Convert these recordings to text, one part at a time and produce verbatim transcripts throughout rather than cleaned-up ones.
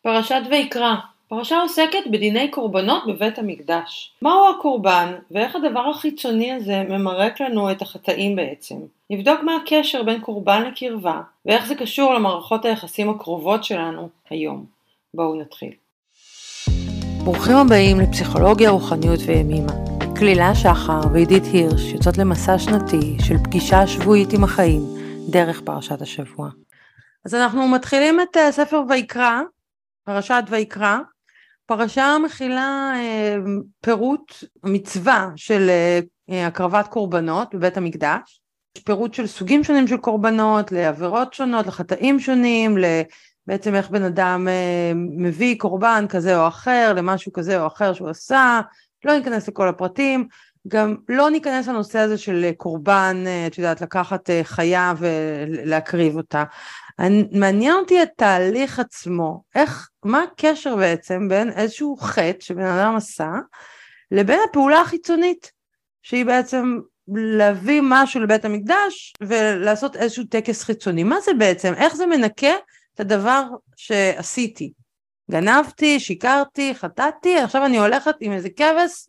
פרשת ויקרא. פרשה עוסקת בדיני קורבנות בבית המקדש. מהו הקורבן ואיך הדבר החיצוני הזה ממרק לנו את החטאים בעצם. נבדוק מה הקשר בין קורבן לקרבה ואיך זה קשור למערכות היחסים הקרובות שלנו היום. בואו נתחיל. ברוכים הבאים לפסיכולוגיה, רוחניות וימימה. כלילה שחר ועידית הירש יוצאות למסע שנתי של פגישה שבועית עם החיים דרך פרשת השבוע. אז אנחנו מתחילים את ספר ויקרא, פרשת ויקרא. פרשה מכילה אה, פירוט מצווה של אה, הקרבת קורבנות בבית המקדש. יש פירוט של סוגים שונים של קורבנות, לעבירות שונות, לחטאים שונים, בעצם איך בן אדם אה, מביא קורבן כזה או אחר, למשהו כזה או אחר שהוא עשה. לא ניכנס לכל הפרטים, גם לא ניכנס לנושא הזה של קורבן, את יודעת, לקחת חיה ולהקריב אותה. מעניין אותי את תהליך עצמו, איך, מה הקשר בעצם בין איזשהו חטא שבן אדם עשה, לבין הפעולה החיצונית, שהיא בעצם להביא משהו לבית המקדש, ולעשות איזשהו טקס חיצוני. מה זה בעצם? איך זה מנקה את הדבר שעשיתי? גנבתי, שיקרתי, חטאתי, עכשיו אני הולכת עם איזה כבש,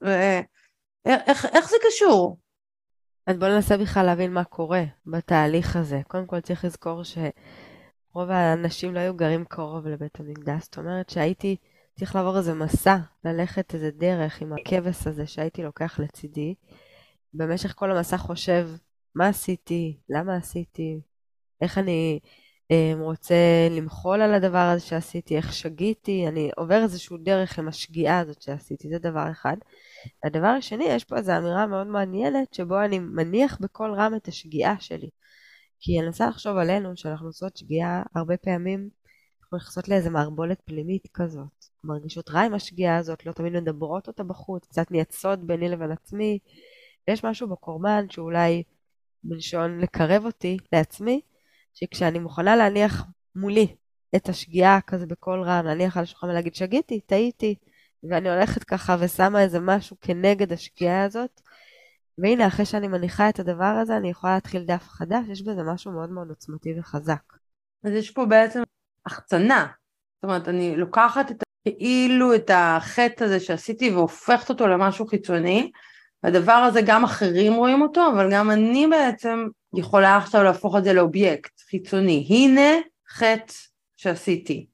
ואיך, איך זה קשור? אז בואו ננסה בכלל להבין מה קורה בתהליך הזה. קודם כל צריך לזכור שרוב האנשים לא היו גרים קרוב לבית המקדש, זאת אומרת שהייתי צריך לעבור איזה מסע, ללכת איזה דרך עם הכבש הזה שהייתי לוקח לצידי, במשך כל המסע חושב מה עשיתי, למה עשיתי, איך אני רוצה למחול על הדבר הזה שעשיתי, איך שגיתי, אני עובר איזשהו דרך עם השגיאה הזאת שעשיתי, זה דבר אחד. הדבר השני, יש פה איזו אמירה מאוד מעניינת, שבו אני מניח בכל רם את השגיאה שלי. כי אני רוצה לחשוב עלינו, שאנחנו עושות שגיאה הרבה פעמים, אנחנו נכנסות לאיזו מערבולת פנימית כזאת, מרגישות רע עם השגיאה הזאת, לא תמיד מדברות אותה בחוץ, קצת נייצות ביני לבין עצמי, ויש משהו בקורבן שאולי בלשון לקרב אותי לעצמי, שכשאני מוכנה להניח מולי את השגיאה כזה בכל רם, להניח על השולחן ולהגיד שגיתי, טעיתי, ואני הולכת ככה ושמה איזה משהו כנגד השגיאה הזאת, והנה אחרי שאני מניחה את הדבר הזה, אני יכולה להתחיל דף חדש, יש בזה משהו מאוד מאוד עוצמתי וחזק. אז יש פה בעצם החצנה, זאת אומרת אני לוקחת את כאילו את החטא הזה שעשיתי והופכת אותו למשהו חיצוני, והדבר הזה גם אחרים רואים אותו, אבל גם אני בעצם יכולה עכשיו להפוך את זה לאובייקט חיצוני. הנה חטא שעשיתי.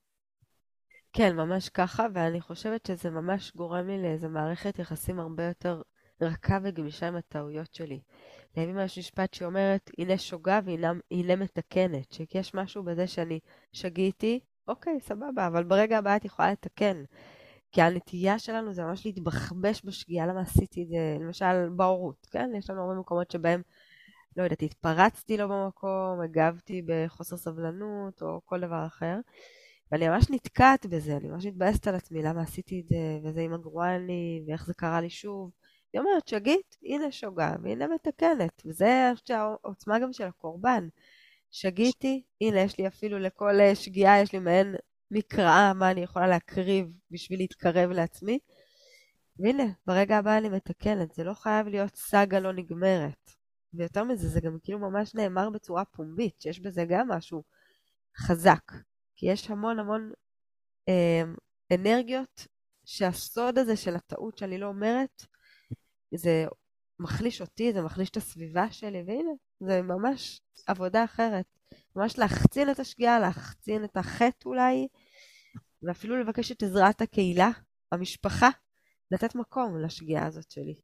כן, ממש ככה, ואני חושבת שזה ממש גורם לי לאיזו מערכת יחסים הרבה יותר רכה וגמישה עם הטעויות שלי. לימים יש משפט שאומרת, הנה שוגה והנה מתקנת, שיש משהו בזה שאני שגיתי, אוקיי, סבבה, אבל ברגע הבא את יכולה לתקן. כי הנטייה שלנו זה ממש להתבחבש בשגיאה, למה עשיתי את זה, למשל בהורות, כן? יש לנו הרבה מקומות שבהם, לא יודעת, התפרצתי לו במקום, הגבתי בחוסר סבלנות או כל דבר אחר, ואני ממש נתקעת בזה, אני ממש מתבאסת על עצמי, למה עשיתי את זה, וזה עם הגרואני, ואיך זה קרה לי שוב. היא אומרת, שגית, הנה שוגה, והנה מתקנת, וזה העוצמה גם של הקורבן. שגיתי, הנה יש לי אפילו לכל שגיאה, יש לי מעין מקראה, מה אני יכולה להקריב בשביל להתקרב לעצמי. והנה, ברגע הבא אני מתקנת, זה לא חייב להיות סגה לא נגמרת. ויותר מזה, זה גם כאילו ממש נאמר בצורה פומבית, שיש בזה גם משהו חזק. כי יש המון המון אה, אנרגיות שהסוד הזה של הטעות שאני לא אומרת, זה מחליש אותי, זה מחליש את הסביבה שלי, והנה, זה ממש עבודה אחרת. ממש להחצין את השגיאה, להחצין את החטא אולי, ואפילו לבקש את עזרת הקהילה, המשפחה, לתת מקום לשגיאה הזאת שלי.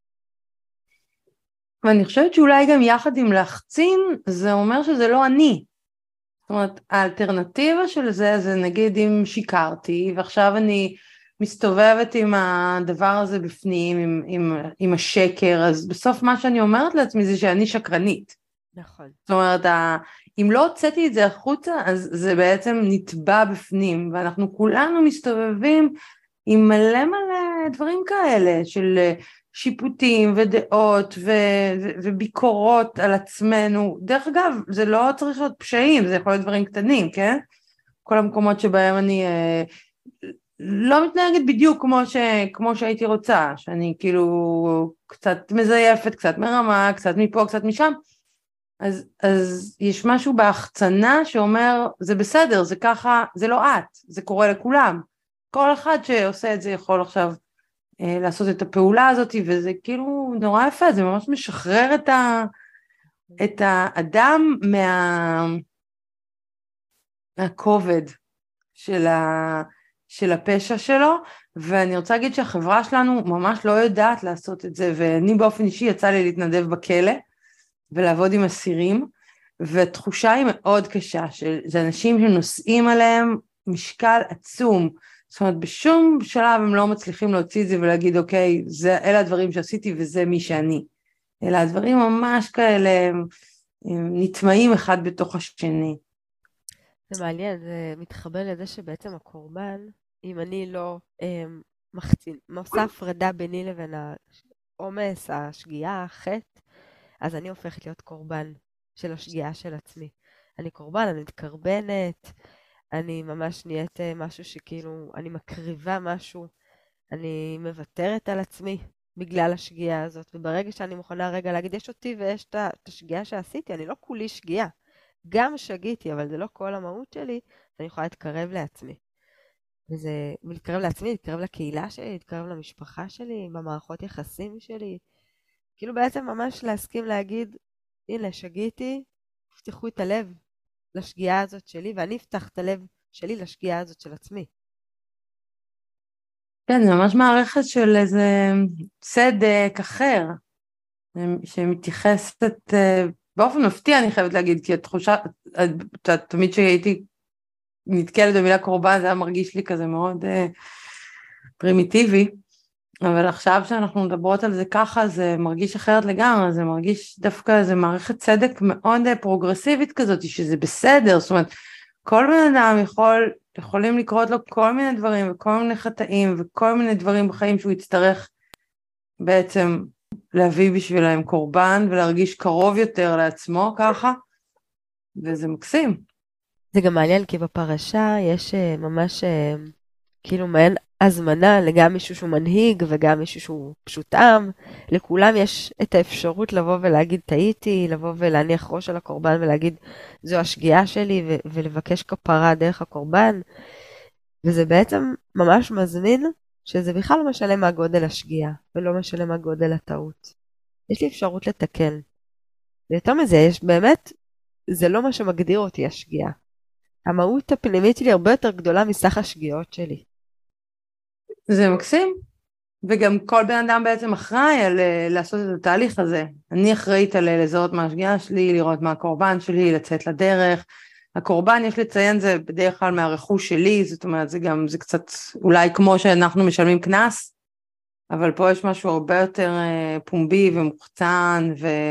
ואני חושבת שאולי גם יחד עם להחצין, זה אומר שזה לא אני. זאת אומרת, האלטרנטיבה של זה, זה נגיד אם שיקרתי, ועכשיו אני מסתובבת עם הדבר הזה בפנים, עם, עם, עם השקר, אז בסוף מה שאני אומרת לעצמי זה שאני שקרנית. נכון. זאת אומרת, אם לא הוצאתי את זה החוצה, אז זה בעצם נטבע בפנים, ואנחנו כולנו מסתובבים עם מלא מלא דברים כאלה, של שיפוטים ודעות ו- ו- וביקורות על עצמנו. דרך אגב, זה לא צריך להיות פשעים, זה יכול להיות דברים קטנים, כן? כל המקומות שבהם אני אה, לא מתנהגת בדיוק כמו, ש- כמו שהייתי רוצה, שאני כאילו קצת מזייפת, קצת מרמה, קצת מפה, קצת משם, אז, אז יש משהו בהחצנה שאומר, זה בסדר, זה ככה, זה לא את, זה קורה לכולם. כל אחד שעושה את זה יכול עכשיו אה, לעשות את הפעולה הזאת, וזה כאילו נורא יפה, זה ממש משחרר את, ה, את האדם מה, מהכובד של, ה, של הפשע שלו, ואני רוצה להגיד שהחברה שלנו ממש לא יודעת לעשות את זה, ואני באופן אישי יצא לי להתנדב בכלא, ולעבוד עם אסירים, והתחושה היא מאוד קשה, שזה אנשים שנושאים עליהם משקל עצום, זאת אומרת, בשום שלב הם לא מצליחים להוציא את זה ולהגיד, אוקיי, זה, אלה הדברים שעשיתי וזה מי שאני. אלא הדברים ממש כאלה, הם, הם נטמעים אחד בתוך השני. זה מעניין, זה מתחבר לזה שבעצם הקורבן, אם אני לא אה, מחצין, עושה הפרדה ביני לבין העומס, השגיאה, החטא, אז אני הופכת להיות קורבן של השגיאה של עצמי. אני קורבן, אני מתקרבנת, אני ממש נהיית משהו שכאילו, אני מקריבה משהו, אני מוותרת על עצמי בגלל השגיאה הזאת, וברגע שאני מוכנה רגע להגיד, יש אותי ויש את השגיאה שעשיתי, אני לא כולי שגיאה, גם שגיתי, אבל זה לא כל המהות שלי, אני יכולה להתקרב לעצמי. וזה, להתקרב לעצמי, להתקרב לקהילה שלי, להתקרב למשפחה שלי, במערכות יחסים שלי, כאילו בעצם ממש להסכים להגיד, הנה, שגיתי, פתחו את הלב לשגיאה הזאת שלי, ואני אפתח את הלב שלי לשגיאה הזאת של עצמי. כן, זה ממש מערכת של איזה צדק אחר, שמתייחסת באופן מפתיע, אני חייבת להגיד, כי התחושה, תמיד שהייתי נתקלת במילה קורבן, זה היה מרגיש לי כזה מאוד פרימיטיבי, אבל עכשיו שאנחנו מדברות על זה ככה, זה מרגיש אחרת לגמרי, זה מרגיש דווקא איזה מערכת צדק מאוד פרוגרסיבית כזאת, שזה בסדר, זאת אומרת, כל בן אדם יכול, יכולים לקרות לו כל מיני דברים, וכל מיני חטאים, וכל מיני דברים בחיים שהוא יצטרך בעצם להביא בשבילהם קורבן, ולהרגיש קרוב יותר לעצמו ככה, וזה מקסים. זה גם מעניין, כי בפרשה יש ממש כאילו מעין הזמנה לגם מישהו שהוא מנהיג וגם מישהו שהוא פשוט עם. לכולם יש את האפשרות לבוא ולהגיד טעיתי, לבוא ולהניח ראש על הקורבן ולהגיד זו השגיאה שלי ו- ולבקש כפרה דרך הקורבן. וזה בעצם ממש מזמין שזה בכלל לא משנה מה גודל השגיאה ולא משנה מה גודל הטעות. יש לי אפשרות לתקן. ויותר מזה, יש באמת, זה לא מה שמגדיר אותי השגיאה. המהות הפנימית שלי הרבה יותר גדולה מסך השגיאות שלי. זה מקסים, וגם כל בן אדם בעצם אחראי על לעשות את התהליך הזה. אני אחראית על לזהות מה השגיאה שלי, לראות מה הקורבן שלי, לצאת לדרך. הקורבן, יש לציין, זה בדרך כלל מהרכוש שלי, זאת אומרת, זה גם, זה קצת אולי כמו שאנחנו משלמים כנס, אבל פה יש משהו הרבה יותר פומבי ומוחצן,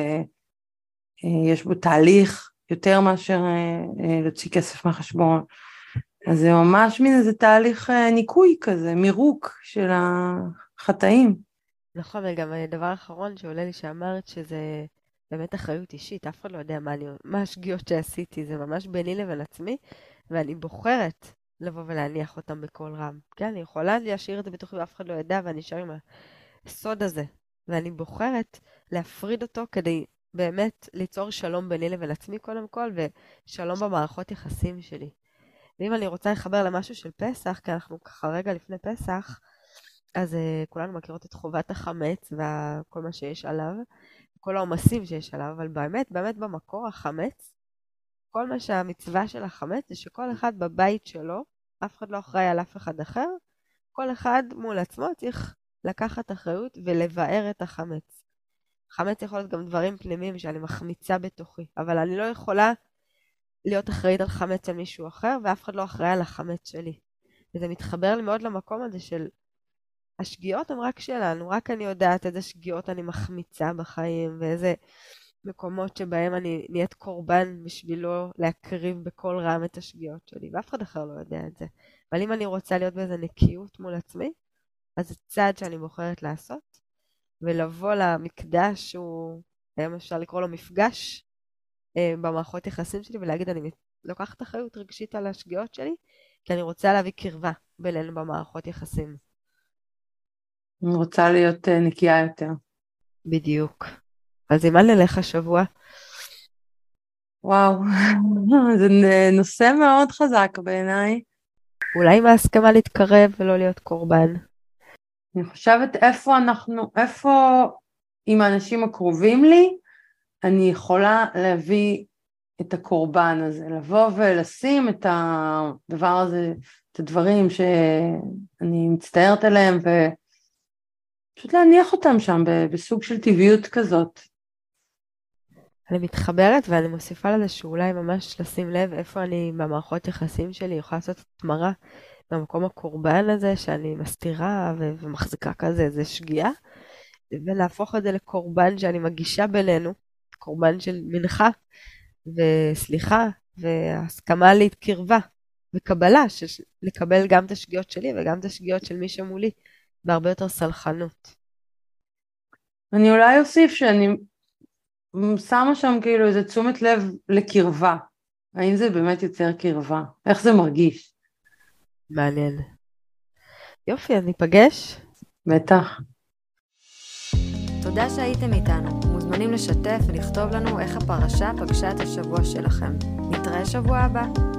ויש בו תהליך יותר מאשר להוציא כסף מהחשבון. אז זה ממש מין איזה תהליך ניקוי כזה, מירוק של החטאים. נכון, וגם הדבר האחרון שעולה לי שאמרת שזה באמת אחריות אישית, אף אחד לא יודע מה, אני, מה השגיאות שעשיתי, זה ממש ביני לבין עצמי, ואני בוחרת לבוא ולהניח אותם בכל רם. כן, אני יכולה להשאיר את זה בתוכי ואף אחד לא ידע, ואני אשאר עם הסוד הזה, ואני בוחרת להפריד אותו כדי באמת ליצור שלום ביני לבין עצמי קודם כל, ושלום במערכות יחסים שלי. ואם אני רוצה לחבר למשהו של פסח, כי אנחנו ככה רגע לפני פסח, אז uh, כולנו מכירות את חובת החמץ וכל מה שיש עליו, כל העומסים שיש עליו, אבל באמת, באמת במקור החמץ, כל מה שהמצווה של החמץ זה שכל אחד בבית שלו, אף אחד לא אחראי על אף אחד אחר, כל אחד מול עצמו צריך לקחת אחריות ולבאר את החמץ. חמץ יכול להיות גם דברים פנימיים שאני מחמיצה בתוכי, אבל אני לא יכולה להיות אחראית על חמץ של מישהו אחר, ואף אחד לא אחראי על החמץ שלי. וזה מתחבר לי מאוד למקום הזה של השגיאות הן רק שלנו, רק אני יודעת איזה שגיאות אני מחמיצה בחיים, ואיזה מקומות שבהם אני נהיית קורבן בשבילו להקריב בכל רם את השגיאות שלי, ואף אחד אחר לא יודע את זה. אבל אם אני רוצה להיות באיזה נקיות מול עצמי, אז זה צעד שאני בוחרת לעשות, ולבוא למקדש שהוא, היום אפשר לקרוא לו מפגש, במערכות יחסים שלי, ולהגיד אני לוקחת אחריות רגשית על השגיאות שלי, כי אני רוצה להביא קרבה בינינו במערכות יחסים. אני רוצה להיות נקייה יותר. בדיוק. אז אימן נלך השבוע. וואו, זה נושא מאוד חזק בעיניי. אולי עם ההסכמה להתקרב ולא להיות קורבן. אני חושבת איפה אנחנו, איפה עם האנשים הקרובים לי, אני יכולה להביא את הקורבן הזה, לבוא ולשים את הדבר הזה, את הדברים שאני מצטערת עליהם, ופשוט להניח אותם שם בסוג של טבעיות כזאת. אני מתחברת ואני מוסיפה לזה שאולי ממש לשים לב איפה אני במערכות יחסים שלי יכולה לעשות התמרה במקום הקורבן הזה שאני מסתירה ו- ומחזיקה כזה איזה שגיאה, ולהפוך את זה לקורבן שאני מגישה בינינו, קורבן של מנחה וסליחה והסכמה להתקרבה וקבלה, של- לקבל גם את השגיאות שלי וגם את השגיאות של מי שמולי, בהרבה יותר סלחנות. אני אולי אוסיף שאני שמה שם כאילו איזה תשומת לב לקרבה. האם זה באמת יוצר קרבה? איך זה מרגיש? מעניין. יופי, אז ניפגש. בטח. תודה שהייתם איתנו. מוזמנים לשתף ולכתוב לנו איך הפרשה פגשה את השבוע שלכם. נתראה שבוע הבא.